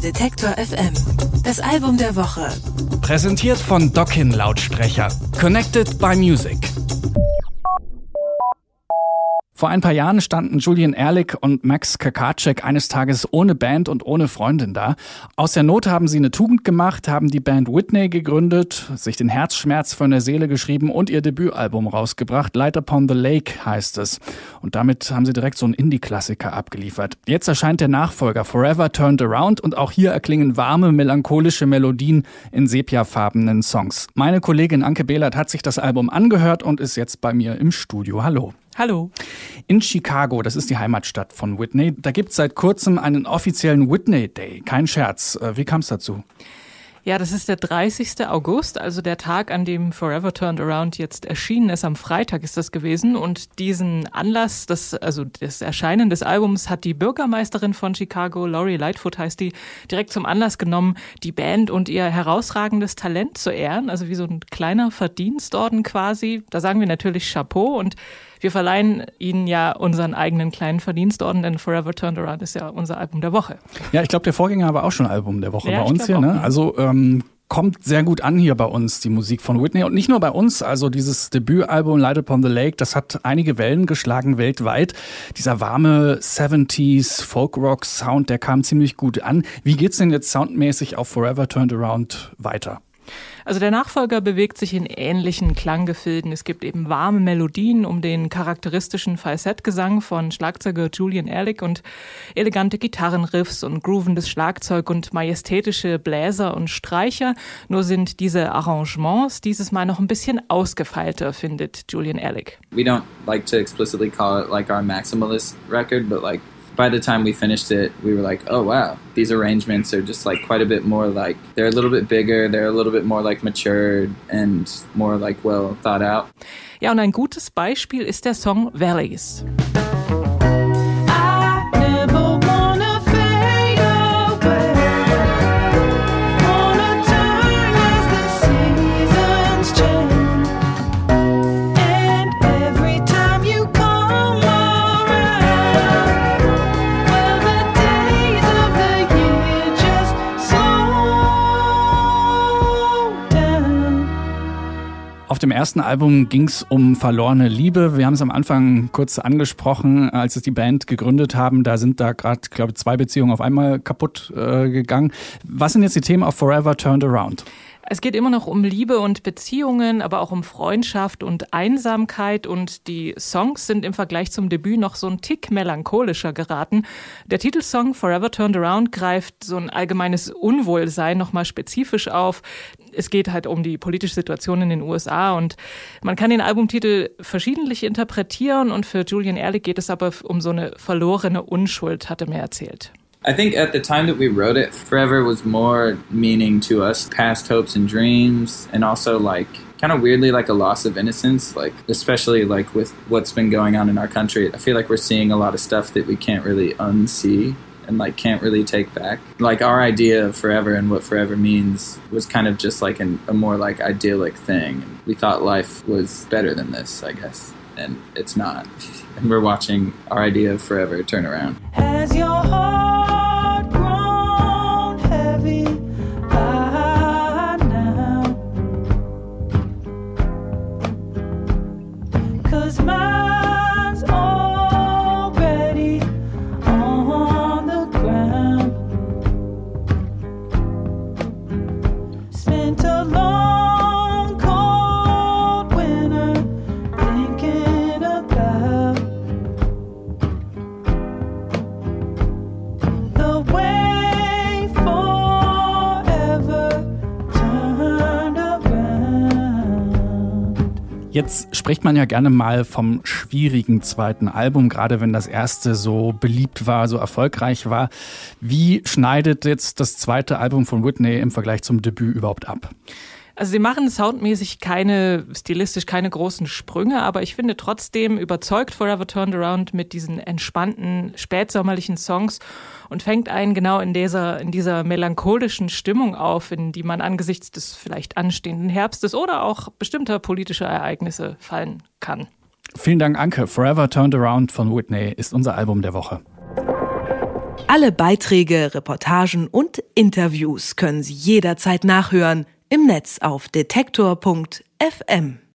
Detektor FM. Das Album der Woche. Präsentiert von Dockin Lautsprecher. Connected by Music. Vor ein paar Jahren standen Julian Ehrlich und Max Kakacek eines Tages ohne Band und ohne Freundin da. Aus der Not haben sie eine Tugend gemacht, haben die Band Whitney gegründet, sich den Herzschmerz von der Seele geschrieben und ihr Debütalbum rausgebracht. Light Upon the Lake heißt es. Und damit haben sie direkt so einen Indie-Klassiker abgeliefert. Jetzt erscheint der Nachfolger Forever Turned Around und auch hier erklingen warme, melancholische Melodien in sepiafarbenen Songs. Meine Kollegin Anke Behlert hat sich das Album angehört und ist jetzt bei mir im Studio. Hallo. Hallo. In Chicago, das ist die Heimatstadt von Whitney, da gibt es seit kurzem einen offiziellen Whitney Day. Kein Scherz. Wie kam es dazu? Ja, das ist der 30. August, also der Tag, an dem Forever Turned Around jetzt erschienen ist. Am Freitag ist das gewesen. Und diesen Anlass, das Erscheinen des Albums, hat die Bürgermeisterin von Chicago, Lori Lightfoot heißt die, direkt zum Anlass genommen, die Band und ihr herausragendes Talent zu ehren. Also wie so ein kleiner Verdienstorden quasi. Da sagen wir natürlich Chapeau und wir verleihen ihnen ja unseren eigenen kleinen Verdienstorden, denn Forever Turned Around ist ja unser Album der Woche. Ja, ich glaube, der Vorgänger war auch schon Album der Woche ja, bei uns hier. Ne? Also kommt sehr gut an hier bei uns, die Musik von Whitney. Und nicht nur bei uns, also dieses Debütalbum Light Upon the Lake, das hat einige Wellen geschlagen weltweit. Dieser warme 70s Folk-Rock-Sound, der kam ziemlich gut an. Wie geht's denn jetzt soundmäßig auf Forever Turned Around weiter? Also der Nachfolger bewegt sich in ähnlichen Klanggefilden. Es gibt eben warme Melodien um den charakteristischen Falsettgesang von Schlagzeuger Julian Ehrlich und elegante Gitarrenriffs und groovendes Schlagzeug und majestätische Bläser und Streicher. Nur sind diese Arrangements dieses Mal noch ein bisschen ausgefeilter, findet Julian Ehrlich. We don't like to explicitly call it like our maximalist record, but like by the time we finished it, we were like, oh wow, these arrangements are just like quite a bit more like, they're a little bit bigger, they're a little bit more like matured and more like well thought out. Ja, und ein gutes Beispiel ist der Song Valleys. Auf dem ersten Album ging es um verlorene Liebe. Wir haben es am Anfang kurz angesprochen, als es die Band gegründet haben. Da sind gerade, glaube ich, 2 Beziehungen auf einmal kaputt gegangen. Was sind jetzt die Themen auf Forever Turned Around? Es geht immer noch um Liebe und Beziehungen, aber auch um Freundschaft und Einsamkeit und die Songs sind im Vergleich zum Debüt noch so ein Tick melancholischer geraten. Der Titelsong Forever Turned Around greift so ein allgemeines Unwohlsein nochmal spezifisch auf. Es geht halt um die politische Situation in den USA und man kann den Albumtitel verschiedentlich interpretieren und für Julian Ehrlich geht es aber um so eine verlorene Unschuld, hat er mir erzählt. I think at the time that we wrote it, forever was more meaning to us past hopes and dreams and also like kind of weirdly like a loss of innocence, like especially like with what's been going on in our country. I feel like we're seeing a lot of stuff that we can't really unsee and like can't really take back. Like our idea of forever and what forever means was kind of just like a more like idyllic thing. And we thought life was better than this, I guess, and it's not. And we're watching our idea of forever turn around. Has your heart grown heavy by now? 'Cause mine's already on the ground. Spent a long cold winter thinking about the way forever turned around. Jetzt spricht man ja gerne mal vom schwierigen zweiten Album, gerade wenn das erste so beliebt war, so erfolgreich war. Wie schneidet jetzt das zweite Album von Whitney im Vergleich zum Debüt überhaupt ab? Also sie machen soundmäßig stilistisch keine großen Sprünge, aber ich finde trotzdem überzeugt Forever Turned Around mit diesen entspannten, spätsommerlichen Songs und fängt einen genau in dieser melancholischen Stimmung auf, in die man angesichts des vielleicht anstehenden Herbstes oder auch bestimmter politischer Ereignisse fallen kann. Vielen Dank, Anke. Forever Turned Around von Whitney ist unser Album der Woche. Alle Beiträge, Reportagen und Interviews können Sie jederzeit nachhören im Netz auf detektor.fm.